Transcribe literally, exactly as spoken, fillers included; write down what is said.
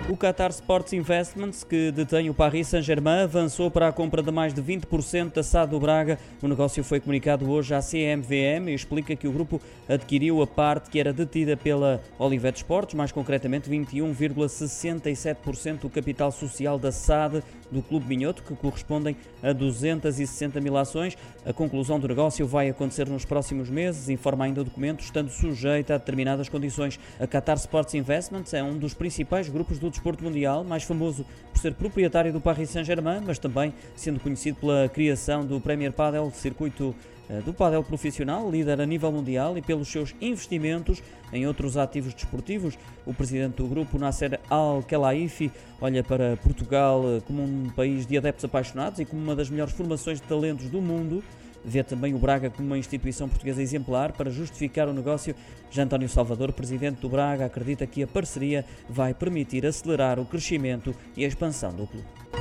O Qatar Sports Investments, que detém o Paris Saint-Germain, avançou para a compra de mais de vinte por cento da S A D do Braga. O negócio foi comunicado hoje à C M V M e explica que o grupo adquiriu a parte que era detida pela Olivet Sports, mais concretamente vinte e um vírgula sessenta e sete por cento do capital social da S A D do Clube Minhoto, que correspondem a duzentas e sessenta mil ações. A conclusão do negócio vai acontecer nos próximos meses, informa ainda o documento, estando sujeita a determinadas condições. A Qatar Sports Investments é um dos principais grupos do desporto mundial, mais famoso por ser proprietário do Paris Saint-Germain, mas também sendo conhecido pela criação do Premier Padel, circuito do padel profissional, líder a nível mundial, e pelos seus investimentos em outros ativos desportivos. O presidente do grupo, Nasser Al-Khelaifi, olha para Portugal como um país de adeptos apaixonados e como uma das melhores formações de talentos do mundo. Vê também o Braga como uma instituição portuguesa exemplar para justificar o negócio. Já António Salvador, presidente do Braga, acredita que a parceria vai permitir acelerar o crescimento e a expansão do clube.